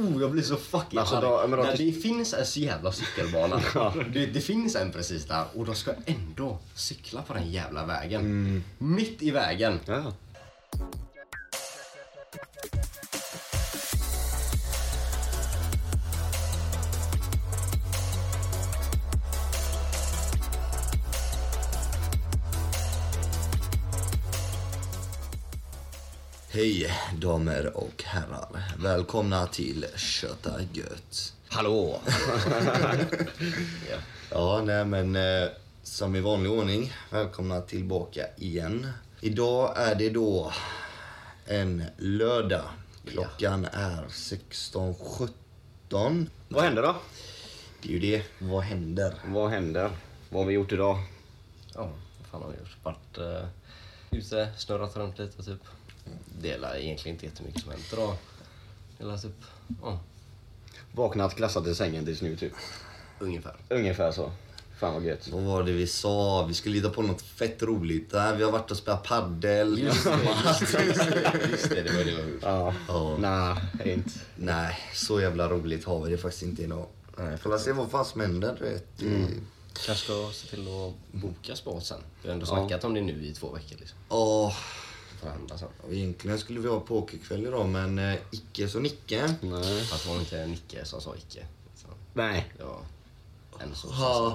jag blir så fucking alltså, arg. Det finns en så jävla cykelbana. det finns en precis där. Och då ska jag ändå cykla på den jävla vägen. Mitt i vägen. Ja. Hej damer och herrar, välkomna till Köta Gött. Hallå! Ja, nej men som i vanlig ordning, välkomna tillbaka igen. Idag är det då en lördag. Klockan är 16:17. Vad händer då? Det är ju det, vad händer? Vad händer? Vad har vi gjort idag? Ja, vad fan har vi gjort? Varit ute, snurrat runt lite typ. Det är egentligen inte jättemycket som händer då. Eller typ, Vaknat, klassat i sängen tills nu typ. Ungefär så. Fan vad gött. Vad var det vi sa? Vi skulle hitta på något fett roligt där. Vi har varit och spelat paddel. Just det var det vi har gjort. Ja. Nej, inte. Nej, så jävla roligt har vi det faktiskt inte idag. Nej, får se vad fan som händer, du vet. Kanske ska se till att boka sport sen. Vi har ändå snackat om det nu i 2 veckor liksom. Förhandla sen. Egentligen skulle vi ha pokerkväll idag, men icke så Nicke. Nej. Fast det var inte Nicke som sa icke. Så. Nej. Ja. En så.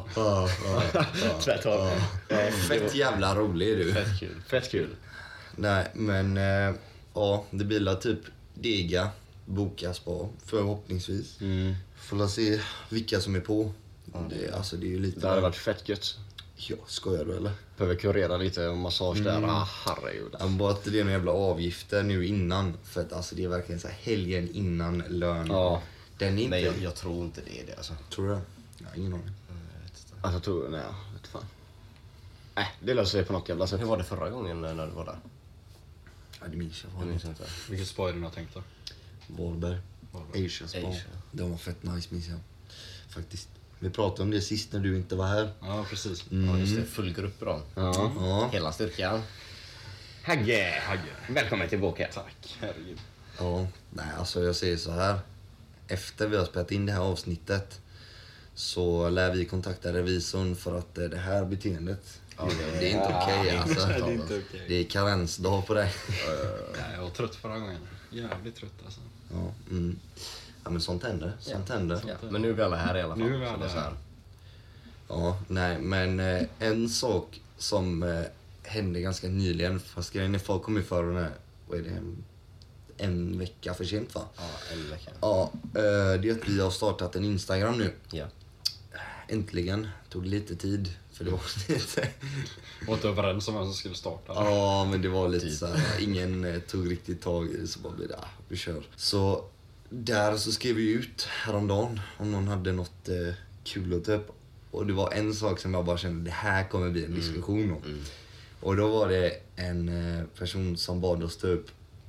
Tvärtom. Fett jävla rolig är du. Fett kul. Nej, men ja, det blir typ dega, boka spa förhoppningsvis. Får se vilka som är på. Det är ju lite... Det hade varit fett gött. Ja, skojar du eller? Behöver kurera lite och massage där. Herregud. Bara att det är några jävla avgifter nu innan. För att alltså det är verkligen så här helgen innan lön. Ja. Den är inte... Nej, jag tror inte det är det alltså. Tror du det? Ja, ingen aning. Alltså jag tror, nej, jag vet fan. Det löser sig på något jävla sätt. Hur var det förra gången när du var där? Ja, det minns jag. Jag minns inte. Vilket spa är det ni har tänkt då? Varberg. Asia spa. Asia. De var fett nice, minns jag. Faktiskt. Vi pratade om det sist när du inte var här. Ja, precis. Ja, just det. Full grupp då. Ja. Hela styrkan. Hagge. Välkommen tillbaka. Tack, herregud. Ja, nej alltså jag säger så här. Efter vi har spelat in det här avsnittet så lär vi kontakta revisorn för att det här beteendet, det är inte okej alltså. Det är inte okej. Det är karensdag på dig. Nej, jag var trött förra gången. Jävligt trött alltså. Ja, ja men sånt händer. Ja. Men nu är vi alla här i alla fall. Nu är vi så alla det så här. Ja, nej men en sak som hände ganska nyligen, fast grejen är folk kommer för den här, vad är det, en vecka för sent va? Ja, en vecka. Ja, det är att vi har startat en Instagram nu. Ja. Äntligen. Tog lite tid, för det var lite... Var inte överens om vem som skulle starta. Ja, men det var lite så här, ingen tog riktigt tag i det, så bara blev det, vi kör. Så där så skrev vi ut häromdagen om någon hade något kul att ta upp. Och det var en sak som jag bara kände, det här kommer bli en diskussion om. Och då var det en person som bad oss ta upp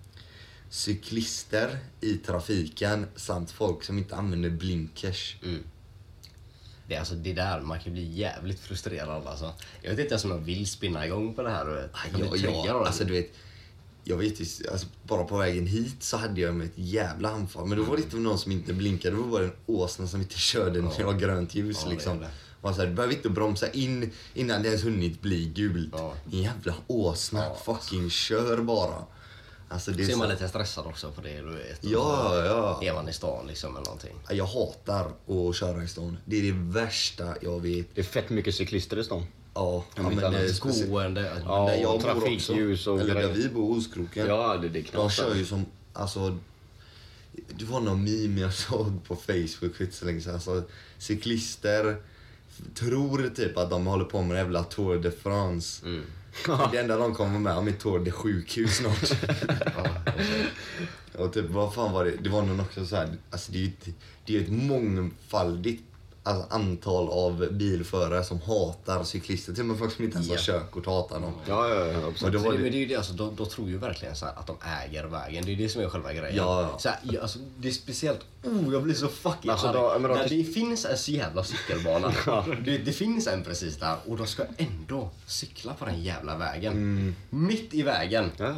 cyklister i trafiken samt folk som inte använder blinkers. Det är alltså det där, man kan bli jävligt frustrerad alltså. Jag vet inte ens om jag vill spinna igång på det här. Alltså du vet, jag vet ju, alltså, bara på vägen hit så hade jag med ett jävla anfall. Men då var det inte någon som inte blinkade, det var bara en åsna som inte körde när det var grönt ljus liksom. Man sa, du behöver inte bromsa in innan det ens hunnit bli gult. En jävla åsna, fucking kör bara. Alltså, det ser man så... lite stressad också på det, du vet. Ja. Är man i stan liksom eller någonting. Jag hatar att köra i stan. Det är det värsta jag vet. Det är fett mycket cyklister i stan. Ja, men det är gående. där jag bor trafikljus och eller där grejer. vi bor, Oskroken. Ja, det är knappt. De kör ju som, alltså... Det var någon meme jag såg på Facebook för så länge sedan. Alltså, cyklister tror typ att de håller på med jävla Tour de France. Det enda de kommer med om är Tour de sjukhus snart. Och typ, vad fan var det? Det var nog också så här, alltså det är ju ett mångfaldigt antal av bilförare som hatar cyklister. Till och med folk som inte ens har körkort hatar dem. Ja. Och då var Men det är ju det, alltså, då tror ju verkligen så här att de äger vägen. Det är det som är själva grejen. Ja. Så här, alltså, det är speciellt, jag blir så fucking alltså, arg. då, när det finns en så jävla cykelbana. det finns en precis där. Och då ska jag ändå cykla på den jävla vägen. Mitt i vägen. Ja.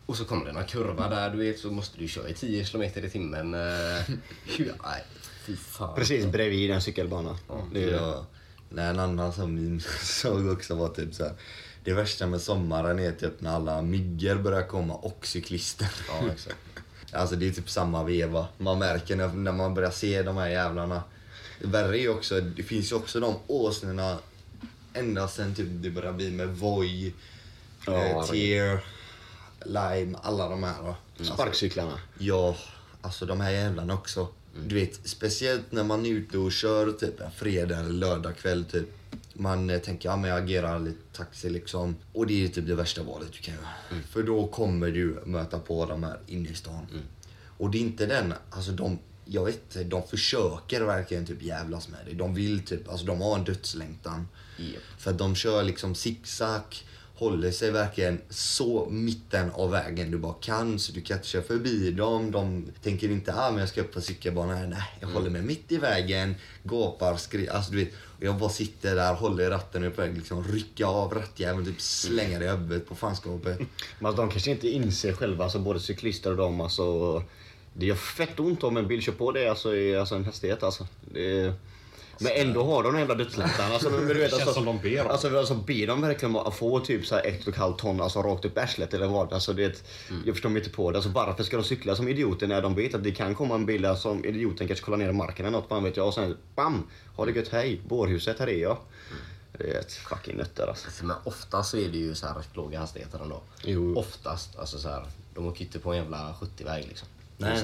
Och så kommer det en kurva där, du vet, så måste du köra i 10 km i timmen. Nej, fy fan. Precis bredvid en cykelbana. Nej, en annan som min såg också var typ så här. Det värsta med sommaren är typ när alla myggor börjar komma och cyklister. Ja, exakt. Alltså det är typ samma veva. Man märker när man börjar se de här jävlarna. Det värre är ju också, det finns ju också de åsnorna ända sen typ det börjar bli med Voi, Tier, Lime, alla de här då. Sparkcyklarna. Ja, alltså de här jävlarna också. Du vet, speciellt när man är ute och kör typ en fredag eller lördag kväll typ. Man tänker, ja men jag agerar lite taxi liksom. Och det är typ det värsta valet du kan göra. För då kommer du möta på de här inne i stan. Och det är inte den, alltså jag vet inte, de försöker verkligen typ jävlas med dig. De vill typ, alltså de har en dödslängtan. Yep. För att de kör liksom zigzag, håller sig verkligen så mitten av vägen du bara kan, så du kan inte köra förbi dem. De tänker inte, men jag ska upp på cykelbanan. Nej, jag håller mig mitt i vägen, gapar, skriker, alltså du vet. Och jag bara sitter där, håller i ratten och är på väg liksom rycka av rattjäveln, typ slänga det i huvudet på fanskapet. Men de kanske inte inser själva, alltså både cyklister och dem, alltså. Det gör fett ont om en bil kör på det, alltså i en hastighet alltså. Men ändå har de den jävla dödslängtan. Alltså, men du vet, Det känns som de ber. Alltså ber de verkligen att få typ så här 1,5 ton alltså rakt upp arslet eller vad? Alltså jag förstår mig inte på det. Alltså varför ska de cykla som idioter när de vet att det kan komma en bil som idioten kanske kollar ner i marken eller något, man vet jag. Och sen bam, har det gött, hej, bårhuset, här är jag. Det är ett fucking nötter alltså. Men oftast så är det ju så här rätt låga hastigheter ändå. Jo. Oftast, alltså så här, de åker inte på en jävla 70-väg liksom. Nej,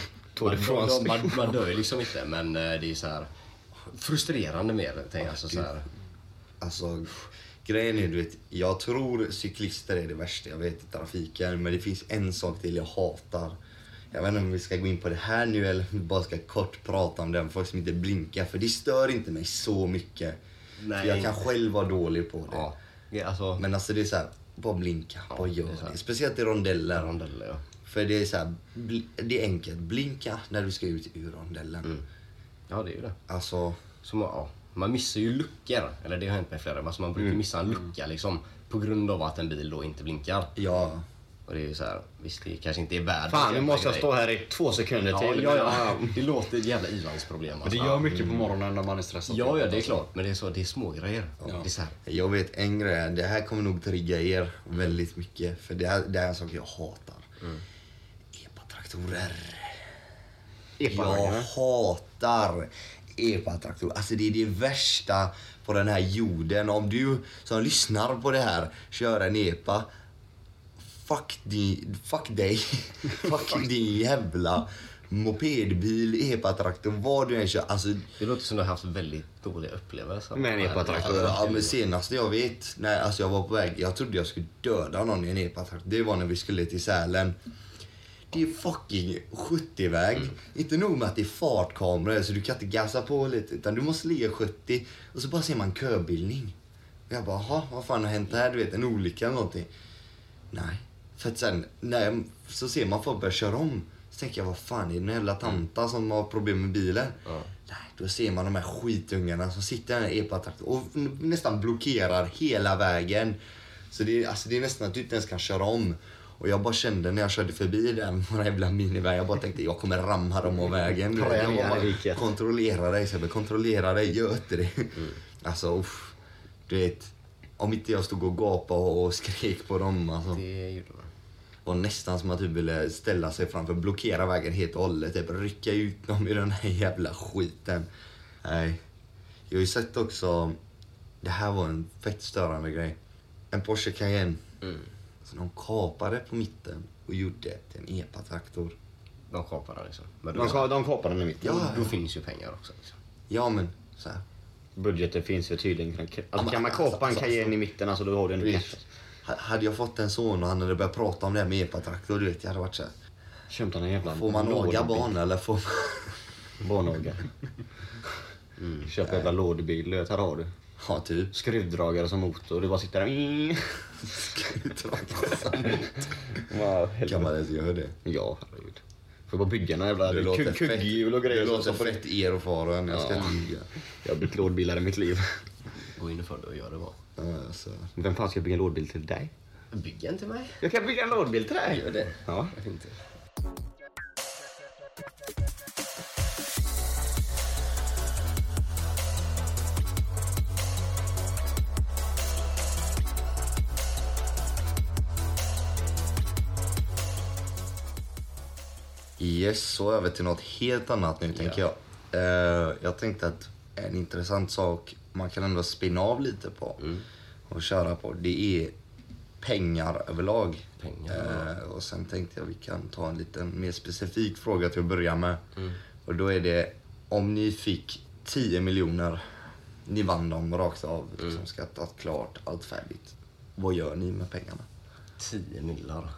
Man dör ju liksom inte, men det är så här frustrerande mer, tänker jag. Alltså, så här. Alltså, grejen är, du vet, jag tror cyklister är det värsta jag vet i trafiken, men det finns en sak till jag hatar. Jag vet inte om vi ska gå in på det här nu eller bara ska kort prata om den, folk som inte blinkar, för det stör inte mig så mycket. Nej. För jag kan själv vara dålig på det. Ja, alltså, Men alltså det är så här, bara blinka, bara gör det är det. Speciellt i rondeller. ja. För det är så här, det är enkelt. Blinka när du ska ut ur rondellen. Ja, det är ju det. Alltså, Så man missar ju luckor, eller det har hänt med flera, alltså man brukar missa en lucka liksom, på grund av att en bil då inte blinkar. ja. Och det är ju så här, visst det kanske inte är världens Fan, nu jävla måste jag grej. stå här i 2 sekunder till. Ja. Det låter ett jävla ilandsproblem. Men det gör mycket på morgonen när man är stressad. Ja, det är klart. Men det är små grejer. Ja. Det är så här. Jag vet en grej, det här kommer nog trigga er väldigt mycket. För det är en sak jag hatar. Epatraktorer. Jag hatar epatraktorer. Alltså det är det värsta på den här jorden. Om du som lyssnar på det här kör en epa, fuck dig. Fuck din jävla mopedbil, epatraktor, vad du än kör. Alltså, Det låter som du har haft väldigt dåliga upplevelser. Med en epatraktor. ja, men senast jag vet, när alltså jag var på väg, jag trodde jag skulle döda någon i en epatraktor. Det var när vi skulle till Sälen. Det är fucking 70-väg. Inte nog med att det är fartkameror så du kan inte gasa på lite, utan du måste ligga 70 och så bara ser man köbildning. Jag bara, vad fan har hänt här? Du vet, en olycka eller någonting. Nej. För att sen, så ser man folk börja köra om. Så tänker jag, vad fan, är det en jävla tanta som har problem med bilen? Ja. Nej, då ser man de här skitungarna som sitter i den här epatraktorn och nästan blockerar hela vägen. Så det är nästan att du inte ens kan köra om. Och jag bara kände när jag körde förbi den jävla miniväg, jag bara tänkte jag kommer ramma dem av vägen. Kontrollera dig Sebbe, kontrollera dig, gör inte det. Alltså, du vet, om inte jag stod och gapade och skrek på dem. Alltså. Det gjorde man. var nästan som att du ville ställa sig framför, blockera vägen helt och hållet, typ rycka ut dem i den här jävla skiten. Nej. Jag har ju sett också, det här var en fett störande grej. En Porsche Cayenne. Så de kapade på mitten och gjorde till en EPA-traktor. De kapade liksom. Men De kapade den i mitten. Då finns ju pengar också. Liksom. Ja, men så här. Budgeten finns ju tydligen. Alltså, kan man kapa en Cayenne i mitten, alltså, då har du en cash. Hade jag fått en son och han hade börjat prata om det här med EPA-traktor, du vet, jag hade varit så här. Köpte en jävla Får man någa barn eller får man... Barnåga. Köp en jävla lådbil, du vet, här har du. Ja, typ. Skruvdragare som motor, du bara sitter där. Kan man ens göra det? Ja, herregud. Får bara bygga en jävla Det låter kugghjul och grejer. Det låter fett erfaren, jag ska inte ljuga. Jag har byggt lådbilar i mitt liv. Gå in för det och gör det bara. Ja, alltså. Vem fan ska bygga en lådbil till dig? Bygga en till mig. Jag kan bygga en lådbil till dig. Gör det. Ja. Varför inte? Yes, så över till något helt annat nu tänker jag. Jag tänkte att en intressant sak man kan ändå spinna av lite på och köra på, det är pengar överlag. Och sen tänkte jag vi kan ta en liten mer specifik fråga till att börja med. Och då är det, om ni fick 10 miljoner, ni vann dem rakt av, liksom skattat klart, allt färdigt. Vad gör ni med pengarna? 10 millar.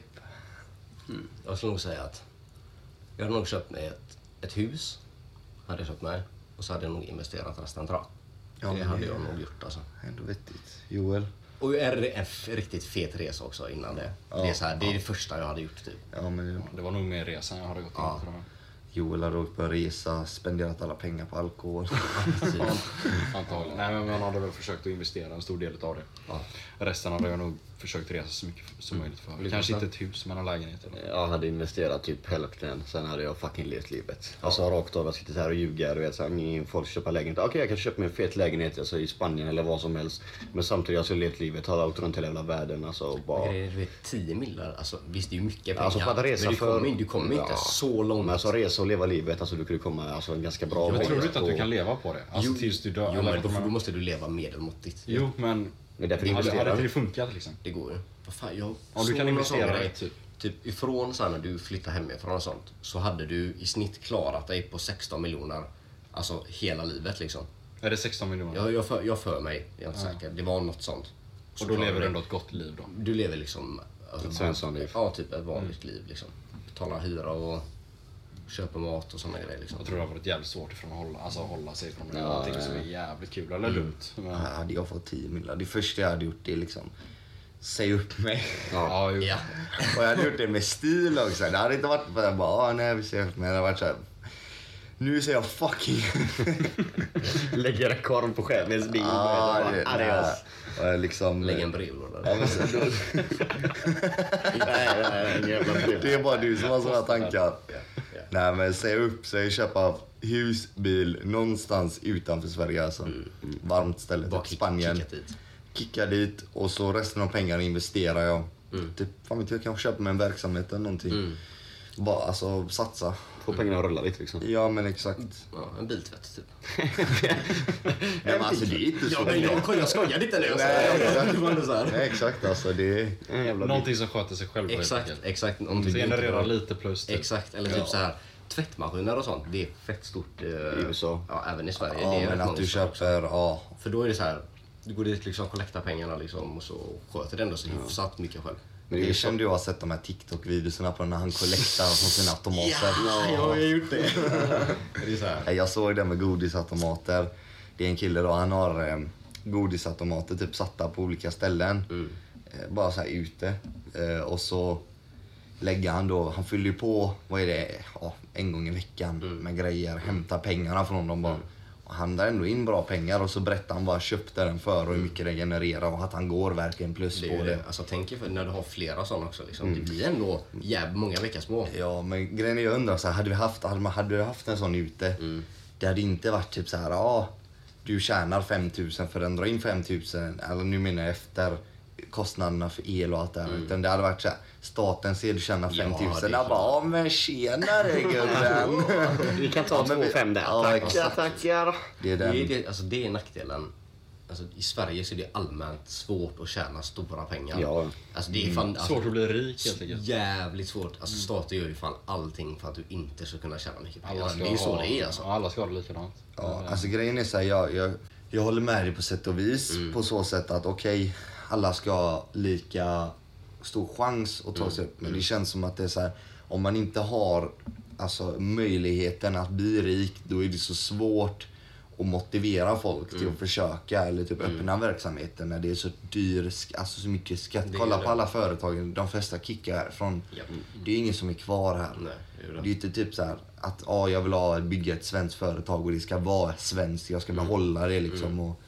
Jag skulle nog säga att jag hade nog köpt mig ett hus. Hade jag köpt mig. Och så hade jag nog investerat resten, tror jag. Ja, det men hade det- jag nog gjort alltså. Ändå vettigt. Joel? Och en riktigt fet resa också innan det. Det är så här, det är det första jag hade gjort typ. Ja, men Det var nog mer resan jag hade gått in Ja. för. Joel hade åkt på en resa, spenderat alla pengar på alkohol. Antagligen. Nej, men man hade väl försökt att investera en stor del av det. Ja. Resten hade jag nog försökt resa så mycket som möjligt för. Kanske inte ett hus, men en lägenhet. Eller? Jag hade investerat typ hälften, sen hade jag fucking levt livet. Alltså rakt av, jag sitter här och ljuger, du vet såhär, folk köper lägenhet. Okej, jag kan köpa mig en fet lägenhet, alltså i Spanien eller vad som helst. Men samtidigt, alltså levt livet, har åkt runt hela jävla världen, alltså och bara... Du vet, 10 millar, alltså visst det är ju mycket pengar. Alltså för att resa men för... du kommer inte så långt. Men alltså resa och leva livet, alltså du kunde komma alltså, en ganska bra Jag väg tror inte att du på- kan leva på det. Alltså tills du dör. Jo, eller men att då måste du leva medelmåttigt. Jo, men... Men därför Hade investerar inte du. det funkat liksom? Det går ju. Vad fan, jag Om du såg kan någon investera sån grej, typ. typ ifrån så här, när du flyttar hemifrån och sånt, så hade du i snitt klarat dig på 16 miljoner. Alltså hela livet liksom. Är det 16 miljoner? Jag för mig, jag är inte säker. Det var något sånt. Så Och då klarar lever du det. ändå ett gott liv då? Du lever liksom... Alltså, Ett Svenssonliv. Ja, typ ett vanligt liv liksom. Betalar hyra och köper mat och såna grejer liksom. Jag tror det har varit jävligt svårt ifrån att hålla sig från någonting som är jävligt kul eller dumt. Men, Hade jag fått 10 miljoner, det första jag hade gjort det är liksom säga upp mig. ja, jo. Ja. Och jag hade gjort det med stil också. Det hade inte varit bara, nej vi säger upp mig. Det hade varit såhär, nu säger jag fucking... Lägger en korv på chefens bil. Adios. Och liksom... Lägg en brevlåda. Ja, men så, då, Nej, en jävla brud. det är bara du som har sådana tankar. Nej men säga upp sig, köpa hus, bil någonstans utanför Sverige alltså. Varmt ställe, Bara typ Spanien. kicka dit. Kicka dit och så resten av pengarna investerar jag. Typ, fan vet jag, kanske köpa mig en verksamhet eller någonting. Bara alltså satsa. Få pengarna att rulla lite liksom. Ja men exakt. Ja, en biltvätt typ. Nej men alltså det är inte så. Ja, men jag skojar inte nu. Nej, Det var ändå så här. Nej exakt alltså det är... En jävla Någonting som sköter sig själv. helt Exakt, enkelt. exakt. Om Så du inte genererar har- lite plus. Typ. Exakt, eller typ så här tvättmaskiner och sånt. Det är fett stort i USA. Ja, även i Sverige. Ja det är men rätt att många du ställen också. köper, ja. För då är det så här, du går dit liksom, kollektar pengarna liksom och så sköter det ändå så hyfsat mycket själv. Men det kände jag har sett de här TikTok-videorna på när han kollektar från sina automater. jag har ju gjort det. Det är så här. Jag såg det med godisautomater. Det är en kille då, han har godisautomater typ satta på olika ställen. Bara så här ute. Och så lägger han då, han fyller ju på, vad är det, ja, en gång i veckan med grejer. Hämtar pengarna från dem bara. Och han drar ändå in bra pengar och så berättar han vad han köpte den för och hur mycket det genererar och att han går verkligen plus Det på är ju det. det. Alltså tänk er för när du har flera sådana också liksom. Det blir ändå jävligt många veckor små. Ja, men grejen är jag undrar så här, hade vi haft en sån ute, det hade inte varit typ så här, ja, du tjänar 5 000 för den drar in 5 000, eller nu menar jag efter kostnaderna för el och allt det här, utan det hade varit så här, staten ser du tjänar 5 000, Ja, det är där bara, ja men tjenare gubben. Vi kan ta 2-5 där. Ja, Tackar, exakt. tackar. Det är den. Det är nackdelen. Alltså, i Sverige så är det allmänt svårt att tjäna stora pengar. Ja. Alltså, det är fan, alltså, Svårt att bli rik helt enkelt. jävligt svårt. Alltså, staten gör ju fan allting för att du inte ska kunna tjäna mycket pengar. Alla Alltså, ska det är ju så ha- det är alltså. Ja, alla ska ha det likadant. Ja, alltså grejen är så här, jag håller med dig på sätt och vis på så sätt att okej, alla ska ha lika stor chans att ta sig upp. Men det känns som att det är så här, om man inte har alltså, möjligheten att bli rik, då är det så svårt att motivera folk till att försöka eller typ öppna verksamheten när det är så dyr, alltså så mycket skatt. Det är Kolla det. på alla företag, de flesta kickar härifrån. Ja. Det är ingen som är kvar här. Nej, det är det. Det är inte typ så här att jag vill bygga ett svenskt företag och det ska vara svenskt, jag ska behålla det liksom. Och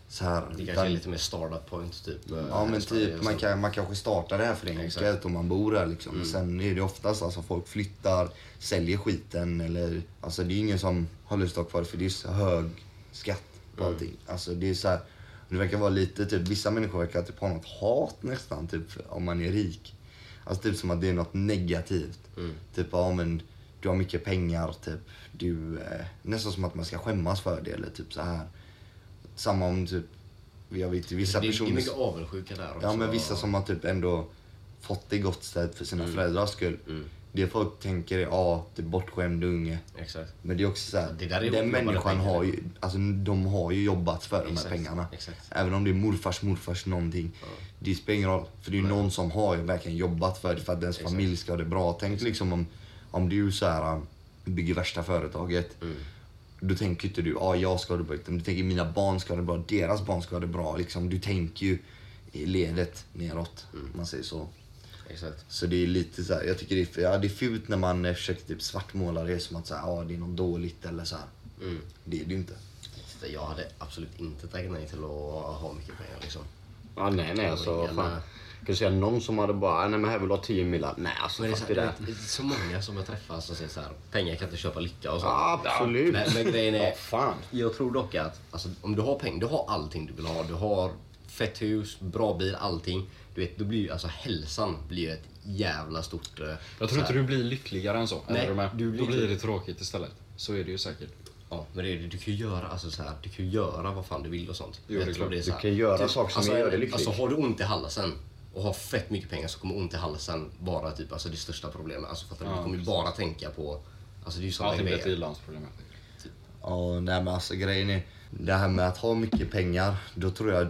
så här, Det kanske är lite mer startup point typ. Ja men typ, man kanske startar det här för enkelt om man bor här liksom. Men sen är det oftast alltså folk flyttar, säljer skiten eller, alltså det är ingen som har lust att ha kvar för det är så hög skatt på allting. Alltså det är så här, det verkar vara lite typ, vissa människor verkar typ ha något hat nästan typ om man är rik. Alltså typ som att det är något negativt. Typ, ja men du har mycket pengar typ, du, nästan som att man ska skämmas för det eller typ så här. Samma om typ, jag vet vissa personer... Det är mycket avundsjuka där också. Ja men vissa som har typ ändå fått det gott ställt för sina föräldrars skull. Det folk tänker är, typ bortskämd unge. Exakt. Men det är också såhär, Det där är den människan har ju, alltså de har ju jobbat för de här pengarna. Exakt. Även om det är morfars någonting. Det spelar ingen roll, för det är ju någon som har ju verkligen jobbat för det, för att ens familj ska ha det bra. Tänk liksom om du så här bygger värsta företaget. Då tänker inte du, jag ska ha det bra. Du tänker mina barn ska ha det bra, deras barn ska ha det bra. Liksom, du tänker ju i ledet neråt, om man säger så. Exakt. Så det är lite så här, jag tycker det är fult när man försöker typ svartmåla det som att så här, det är något dåligt eller så här. Det är det ju inte. Jag hade absolut inte tagit nej till att ha mycket pengar liksom. Ja, nej alltså fan. Kan du säga någon som hade bara, nej men här vill du ha 10 millar. Nej alltså Men fuck det där. det är så många som jag träffar som säger så här, pengar kan inte köpa lycka och sånt. Ja, absolut. Men grejen är, fan. jag tror dock att alltså, om du har pengar, du har allting du vill ha. Du har fett hus, bra bil, allting. Du vet, då blir ju alltså hälsan blir ju ett jävla stort... Jag tror inte du blir lyckligare än så. Nej, då blir det tråkigt istället. Så är det ju säkert. Ja, men du kan ju göra alltså så här, du kan ju göra vad fan du vill och sånt. Jo, det är klart. Du kan göra saker som gör dig lycklig. Alltså har du ont i halsen och har fett mycket pengar så kommer ont i halsen vara typ alltså det största problemet. Alltså för att du kommer ju bara tänka på, alltså det är ju sådana Ja, det är grejer. ett ilandsproblem. Ja, nej men alltså grejen är, det här med att ha mycket pengar, då tror jag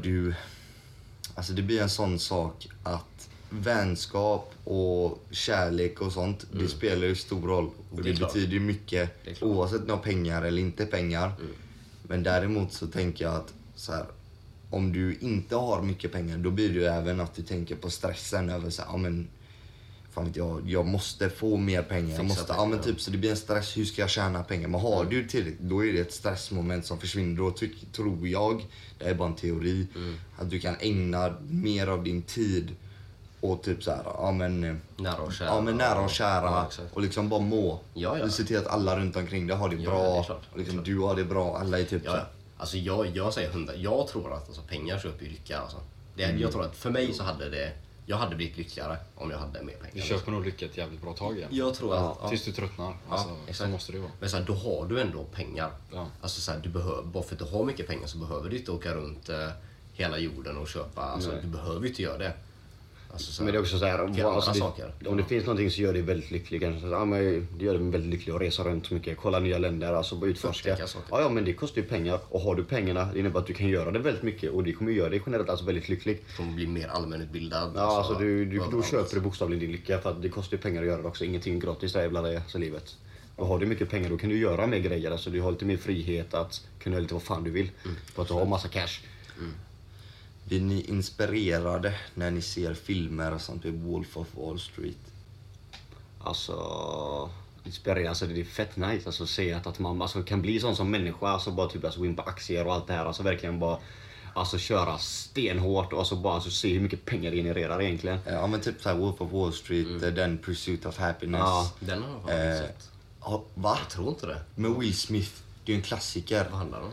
alltså det blir en sån sak att vänskap och kärlek och sånt, det spelar ju stor roll. Och det betyder ju mycket oavsett om du har pengar eller inte pengar. Men däremot så tänker jag att så här, om du inte har mycket pengar, då blir det ju även att du tänker på stressen över så här, ja men fan vet jag måste få mer pengar. Jag måste, ja men typ så det blir en stress, hur ska jag tjäna pengar? Men har du tillräckligt, då är det ett stressmoment som försvinner. Då tror jag, det är bara en teori, att du kan ägna mer av din tid och typ så här, Nära och kära. Ja men nära och kära Ja, och liksom bara må. Ja. Du ser till att alla runt omkring dig har det bra. det är klart. Och liksom, du har det bra, alla är typ så här. Alltså jag säger 100. Jag tror att alltså, pengar köper ju lycka alltså. Jag tror att för mig så hade jag hade blivit lyckligare om jag hade mer pengar. Du köper nog lycka ett jävligt bra tag igen. Jag tror att... Tills du tröttnar. Alltså, så måste det vara. Men så här, då har du ändå pengar. Ja. Alltså så här, du behöver, bara för att du har mycket pengar så behöver du inte åka runt hela jorden och köpa. Alltså, du behöver ju inte göra det. Alltså, så här, Men det är också så här, alltså saker. om det finns någonting så gör det väldigt lycklig. Kanske. Ja, men det gör det väldigt lycklig att resa runt så mycket, kolla nya länder, alltså bara utforska. Ja, men det kostar ju pengar och har du pengarna, det innebär att du kan göra det väldigt mycket och det kommer ju göra dig generellt alltså väldigt lycklig. Du kommer bli mer allmänutbildad. Ja, alltså då köper du bokstavligen din lycka för att det kostar ju pengar att göra det också. Ingenting gratis där jävla det, alltså livet. Och har du mycket pengar då kan du göra mer grejer, alltså du har lite mer frihet att kunna göra lite vad fan du vill. För att du har massa cash. Blir ni inspirerade när ni ser filmer och sånt vid Wolf of Wall Street? Alltså inspirerande, alltså det är fett nice alltså, att se att man alltså, kan bli sån som människa, alltså bara typ alltså, gå in på aktier och allt det här, alltså verkligen bara alltså köra stenhårt och alltså, bara alltså, se hur mycket pengar det genererar egentligen. Ja men typ såhär Wolf of Wall Street, den Pursuit of Happiness. Ja, den har jag faktiskt sett. Va? Jag tror inte det. Med Will Smith, det är ju en klassiker. Vad handlar det om?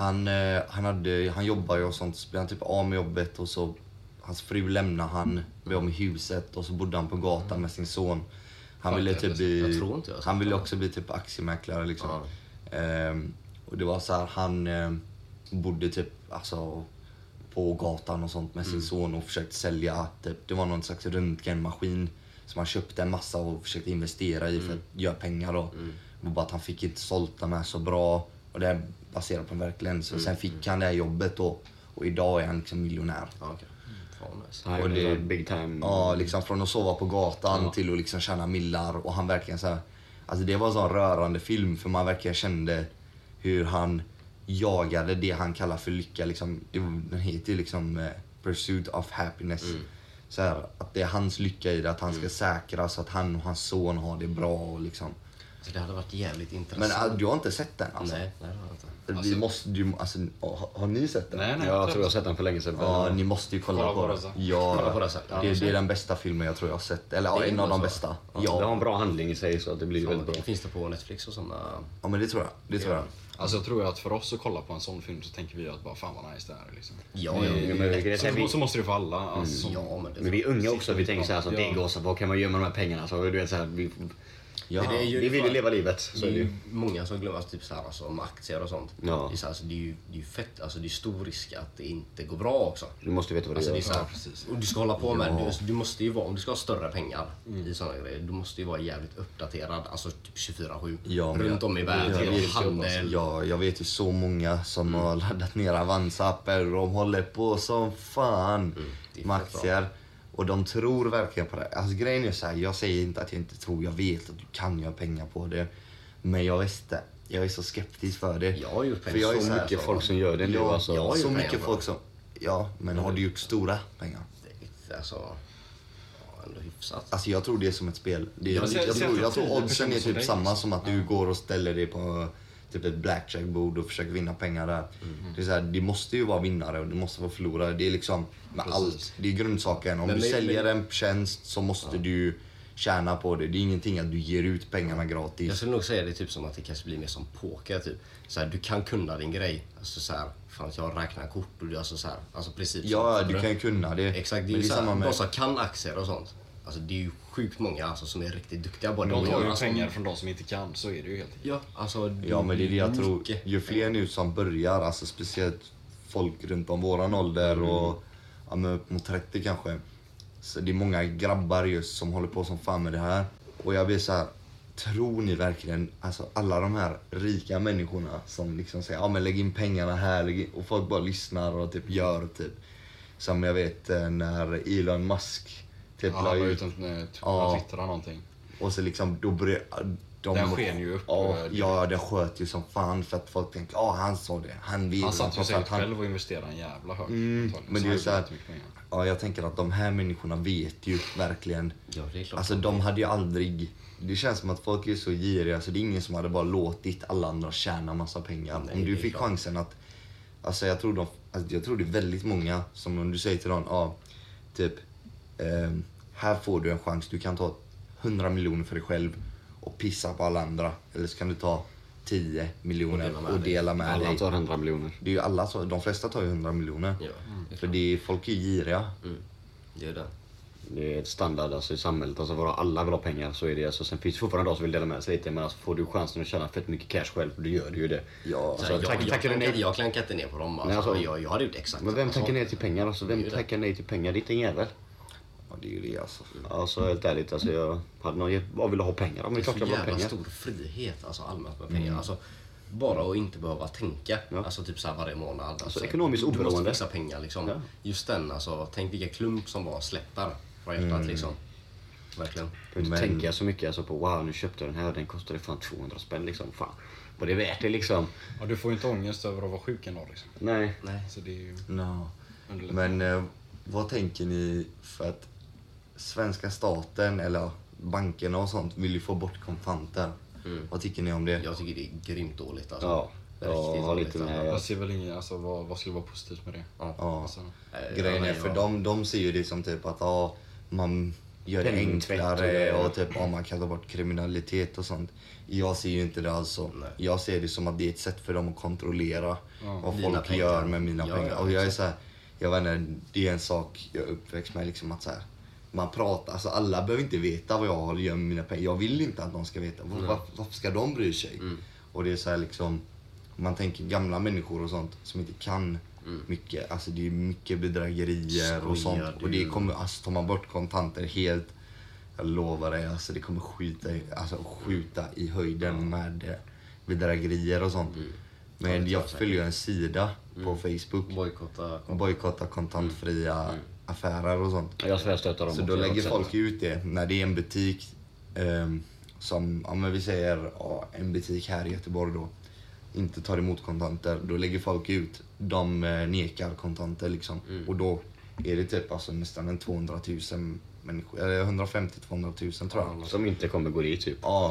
Han jobbar ju och sånt, så blev han typ av med jobbet och så hans fru lämnade han, blev av med huset och så bodde han på gatan med sin son. Han ville typ bli, han ville också bli typ aktiemäklare liksom. Och det var så här, han bodde typ alltså på gatan och sånt med sin son och försökte sälja typ, det var någon slags röntgenmaskin som han köpte en massa och försökte investera i för att göra pengar då. Det var bara att han fick inte sålt de här så bra och det är baserat på en verkligen. Så sen fick han det här jobbet då och idag är han liksom miljonär. Okay. Nice. Och det är big time. Ja, liksom från att sova på gatan till att liksom tjäna millar och han verkligen så här, alltså det var en sån rörande film för man verkligen kände hur han jagade det han kallar för lycka liksom. Den heter ju liksom Pursuit of Happiness. Så här, att det är hans lycka i det, att han ska säkra så att han och hans son har det bra och liksom. Så det hade varit jävligt intressant. Men du har inte sett den alltså? Nej, det har jag inte. vi måste ju, alltså, har ni sett den? Nej, Jag tror jag har sett den för länge sedan. Ja, ni måste ju kolla på den. Kolla på Ja, det sen. Ja, det är den bästa filmen jag tror jag har sett. Eller ja, Det är en av de så. bästa. Det har en bra handling i sig så att det blir väldigt bra. Finns det på Netflix och sådana? Ja, men det tror jag. Det tror jag. Alltså jag tror att för oss att kolla på en sån film så tänker vi att bara fan vad nice det är liksom. Ja, Så måste det för alla. Alltså, Ja, men vi är unga också, vi tänker så här som degåsar, vad kan man göra med de här pengarna? Så du vet så här, vi vill ju leva livet. Så är det ju. Många som glömmer typ så här, alltså, om aktier och sånt. Ja. Det är, så här, alltså, det är ju fett, alltså, det är stor risk att det inte går bra också. Du måste veta vad du Alltså, det är gör. så här, Ja, precis. och du ska hålla på med det. Du måste ju vara, om du ska ha större pengar i sådana grejer, du måste ju vara jävligt uppdaterad, alltså typ 24/7. Ja, men runt om i världen, handel. Ja, jag vet ju så många som har laddat ner Avanza-appar och de håller på som fan det är med fett aktier. Och de tror verkligen på det. Alltså grejen är så här, jag säger inte att jag inte tror, jag vet att du kan göra pengar på det. Men jag visste, jag är så skeptisk för det. Jag har gjort För pengar. jag är Så här, mycket så- folk som gör det nu Ja, alltså. jag har ju så pengar mycket på folk det. som... Ja, men har du gjort stora pengar? Alltså, ja, ändå hyfsat. Alltså jag tror det är som ett spel. Det är, Ja, jag tror oddsen personer är som typ dig, samma liksom. som att du går och ställer dig på typ ett blackjack-bord och försöker vinna pengar där. Det är så här, det måste ju vara vinnare och det måste vara förlorare. Det är liksom med Precis. allt. Det är grundsaken. Om Men du med- säljer en tjänst så måste du tjäna på det. Det är ingenting att du ger ut pengarna Jag gratis. skulle nog säga det typ som att det kanske blir mer som poker typ. Så här, du kan kunna din grej. Alltså så här, fan jag räknar kort och du alltså så här, alltså precis Ja, som- du kan ju kunna det. Exakt, det är Men ju så samma här, med... de som kan aktier och sånt. Alltså det är ju sjukt många alltså, som är riktigt duktiga på det. de Och tar gör, ju alltså, pengar från de som inte kan, så är det ju helt enkelt. Ja, alltså, Ja, men det är det jag tror. mycket. Ju fler nu som börjar, alltså speciellt folk runt om våran ålder och ja, men upp mot 30 kanske. Så det är många grabbar just som håller på som fan med det här. Och jag blir så här, tror ni verkligen, alltså alla de här rika människorna som liksom säger ja men lägg in pengarna här, och folk bara lyssnar och typ gör typ. Som jag vet när Elon Musk typ Ja, la han var ut. utan Ja. twittrade någonting. Och så liksom, då började Den sken ju upp, Ja, den sköt ju som fan för att folk tänkte, ja han sa det, han vill. Han satt ju för säkert att han- själv och investerade en jävla hög. Men det är ju han så här, gjorde jättemycket pengar. ja jag tänker att de här människorna vet ju verkligen. Ja, det är klart. Alltså de hade ju aldrig, det känns som att folk är så giriga så det är ingen som hade bara låtit alla andra tjäna massa pengar. Nej, Om du det är fick klart. chansen att, alltså jag tror det är väldigt många som om du säger till någon, ja typ, här får du en chans, du kan ta 100 miljoner för dig själv och pissa på alla andra. Eller så kan du ta 10 miljoner och dela med Alla dig. tar 100 miljoner. Det är ju alla, de flesta tar ju 100 miljoner. Ja, det är För klart. det är, folk är giriga. Det är det. Det är ett standard alltså, i samhället. Alltså, bara alla vill ha pengar så är det. Alltså, sen finns det fortfarande de som vill dela med sig lite. Men alltså, får du chansen att tjäna fett mycket cash själv, då gör du ju det. Ja, Så här, Alltså, tackar du nej? jag klankar inte ner på dem. Alltså. Nej, alltså- jag hade gjort exakt Men vem samma sak. tackar nej till pengar? Alltså, vem Det är ju det. tackar nej till pengar? Det är inte en jävel. ja, det är ju det alltså. Alltså helt ärligt, alltså, jag hade någon vad vill du ha pengar? Om det är klart Så jag vill ha jävla pengar. stor frihet alltså, allmänt med pengar. Alltså, bara att inte behöva tänka Ja. alltså, typ så här varje månad. Alltså, ekonomiskt Du måste oberoende. fixa pengar liksom. Ja. Just den, alltså, tänk vilka klump som var släppar från hjärtat liksom. Verkligen. Jag behöver inte tänka så mycket alltså, på wow, nu köpte jag den här och den kostade fan 200 spänn liksom. Fan, var det värt det liksom? Ja, du får ju inte ångest över att vara sjuk en dag liksom. Nej. Nej. Så det är ju No. underlättat. Men vad tänker ni för att svenska staten eller bankerna och sånt vill ju få bort kontanter? Vad tycker ni om det? Jag tycker det är grymt dåligt alltså. Ja, jag Riktigt har dåligt, lite med. alltså. Jag ser väl inget, alltså vad skulle vara positivt med det? Ja. Ja. Alltså, Grejen är Ja, för ja. de ser ju det som typ att ja, man gör det Penningtvätt och enklare grejer. och typ man kan ta bort kriminalitet och sånt. Jag ser ju inte det alls så. Nej. Jag ser det som att det är ett sätt för dem att kontrollera vad Dina folk pengar. gör med mina Ja, pengar. ja, Och jag är exakt. så här, jag vet inte, det är en sak jag är uppväxt med liksom att så här, man pratar, alltså alla behöver inte veta vad jag gör med mina pengar. Jag vill inte att de ska veta. Varför ska de bry sig? Och det är så här liksom, man tänker gamla människor och sånt som inte kan mycket. Alltså det är mycket bedrägerier och Skojar sånt. du? Och det kommer, alltså tar man bort kontanter helt, jag lovar dig, alltså det kommer skjuta i höjden med bedrägerier och sånt. Men det tror jag jag säkert. följer en sida på Facebook, bojkotta kontantfria affärer och sånt. Jag svär stöttar dem Så också. då lägger Jag har folk ut det när det är en butik som, ja men vi säger en butik här i Göteborg då, inte tar emot kontanter. Då lägger folk ut, de nekar kontanter liksom. Och då är det typ alltså nästan en 200 000 människor, eller 150-200 000 tror jag. Som inte kommer gå dit typ. Ja,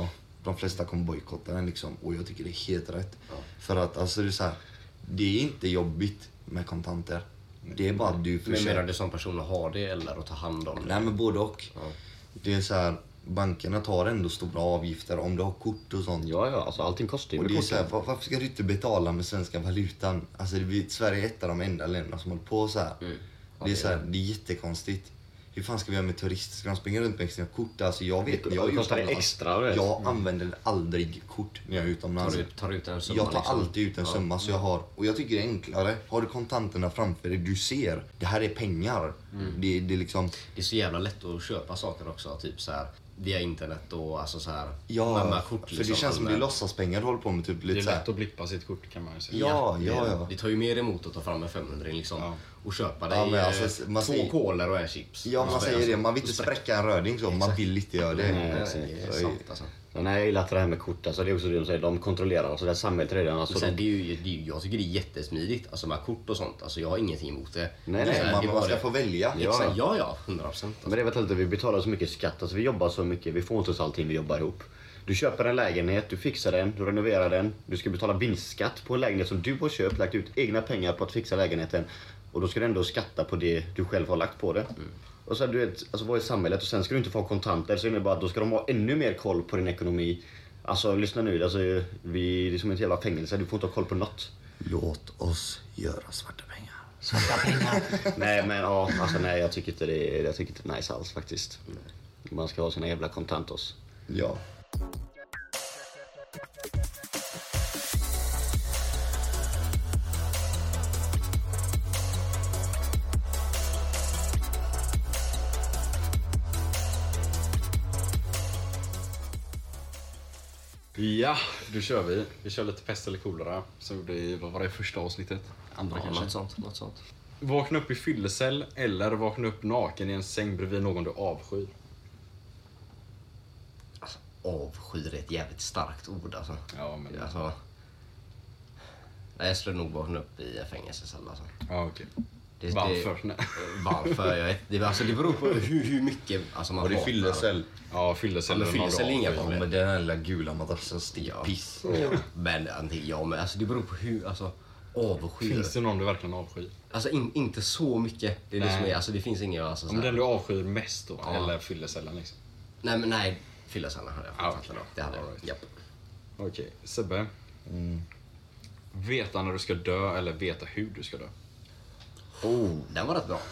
de flesta kommer bojkotta den liksom. Och jag tycker det är helt rätt. För att alltså det är så här, det är inte jobbigt med kontanter. Det är bara att du Men menar du som person att ha det eller att ta hand om det? Nej, men både och. Det är så här, bankerna tar ändå stora avgifter om du har kort och sånt. Ja, alltså allting kostar ju Och med det är så här, korten. varför ska du inte betala med svenska valutan? Alltså Sverige är ett av de enda länderna som håller på så här. Det är så här, det är jättekonstigt. Hur fan ska vi göra med turister? Ska de springa runt med extra kort? Alltså jag vet, jag har kostar det utomlands. extra, vet. Jag använder aldrig kort när jag är utomlands. Tar ut en summa Jag tar liksom. alltid ut en summa så jag har, och jag tycker det är enklare. Har du kontanterna framför dig, du ser, det här är pengar. Det är liksom... Det är så jävla lätt att köpa saker också, typ så här via internet och alltså så här Ja, kort, för liksom, det känns som det är allmänt. låtsaspengar du håller på med, typ Det lite är så här. lätt att blippa sitt kort kan man ju säga. Ja. Det tar ju mer emot att ta fram en 500 liksom Ja. och köpa Ja, dig men alltså, man 2 säger- kolor och en chips. Ja, man Alltså, säger det. Man vill inte så spräcka en röding så. Man vill inte göra det. Nej, alltså, det är sant alltså. Så nej, jag gillar inte det här med kort. Alltså, det är också det de säger. De kontrollerar alltså, det här samhället redan. Alltså, Och sen, jag tycker det är jättesmidigt, alltså med kort och sånt. Alltså jag har ingenting emot det. Nej, Så här, Man, det är man bara ska det. få välja. Exakt, ja, 100%. Men Alltså. det är väl inte, vi betalar så mycket skatt, alltså vi jobbar så mycket, vi får inte oss allting vi jobbar ihop. Du köper en lägenhet, du fixar den, du renoverar den, du ska betala vinstskatt på en lägenhet som du har köpt, lagt ut egna pengar på att fixa lägenheten. Och då ska du ändå skatta på det du själv har lagt på det. Och så du vet, alltså vad är samhället? Och sen ska du inte få kontanter, så innebär det bara att då ska de ha ännu mer koll på din ekonomi. Alltså lyssna nu, alltså, det är som ett jävla fängelse, du får inte ha koll på något. Låt oss göra svarta pengar. Nej men ja, alltså nej jag tycker inte det är nice alls faktiskt. Man ska ha sina jävla kontantos. Ja. Ja, då kör vi. Vi kör lite pest eller kolera. Så vad var det första avsnittet? Andra Ja, kanske. något sånt. Vakna upp i fyllecell eller vakna upp naken i en säng bredvid någon du avskyr. Alltså, avskyr är ett jävligt starkt ord alltså. Ja, men... Alltså, nej, jag skulle nog vakna upp i fängelsecell alltså. Ja, okej. Det- Varför? Nej. Varför? Jag vet, det beror på hur mycket alltså, man Och det hatar. fyllecell. Ja, fyllecell Ja, men eller någon fyllecell är inga du avskyr. problem. Med den här lilla gula madrassen stiger Ja. piss. Men alltså, det beror på hur, alltså avskyr. Finns det någon du verkligen avskyr? Alltså inte så mycket. Det är det Nej. som är, alltså det finns inga alltså, Om så här- den du avskyr mest då? Ja. Eller fyllecellen liksom? Nej, fyllecellen hade jag Ah, fattat okej. då. Det hade jag. All right. Japp. Okej, Sebbe. Veta när du ska dö eller veta hur du ska dö? Den var rätt bra.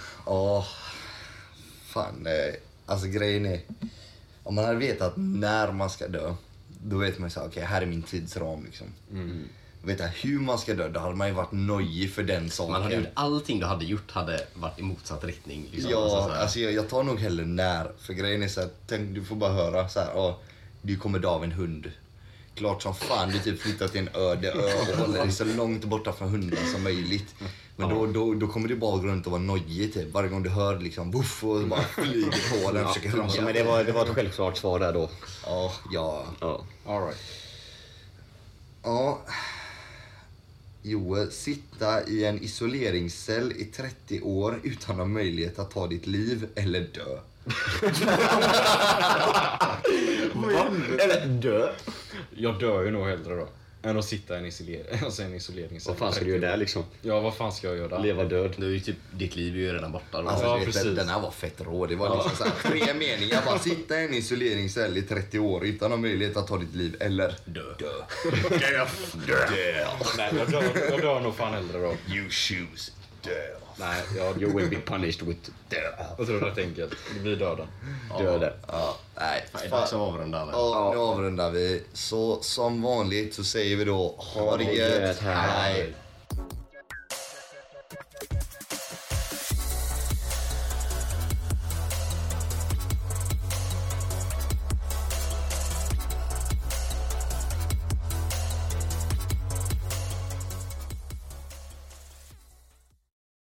Fan, alltså grejen är, om man hade vetat när man ska dö, då vet man så här, okej, här är min tidsram liksom. Veta hur man ska dö, då hade man ju varit nojig för den saken. Man hade gjort allting du hade gjort hade varit i motsatt riktning. Liksom. Ja, så här. alltså jag tar nog hellre när, för grejen är så här, tänk, du får bara höra så här, du kommer dö av en hund. Klart som fan du typ flyttar till en öde ö och håller dig så långt borta från hunden som möjligt. Men då kommer du bara gå runt och vara nojig typ. Varje gång du hör liksom buff och bara flyger på den och försöker Alltså, hugga. men det var ett självklart svar där då. Ja. All right. Ja. Joel, sitta i en isoleringscell i 30 år utan att ha möjlighet att ta ditt liv eller dö. Eller dö. Jag dör ju nog hellre då. Än att sitta i en isolering. Vad fan ska du göra där liksom? Ja, vad fan ska jag göra? Leva död. Nu är ju typ, ditt liv är ju redan borta. Då. Alltså, Ja, du vet, precis. den här var fett rå. Det var liksom så här, 3 meningar. Bara sitta i en isoleringscell i 30 år utan att ha möjlighet att ta ditt liv eller Dö. Nej, jag dör nog fan hellre då. You choose dö. Nej, You will be punished with jag tror det är rätt enkelt. Det blir döden. döden. Ja, nej. Fan, det är dags att avrunda eller? Ja, nu avrundar vi. Så som vanligt så säger vi då ha det gött. Hej. Hej.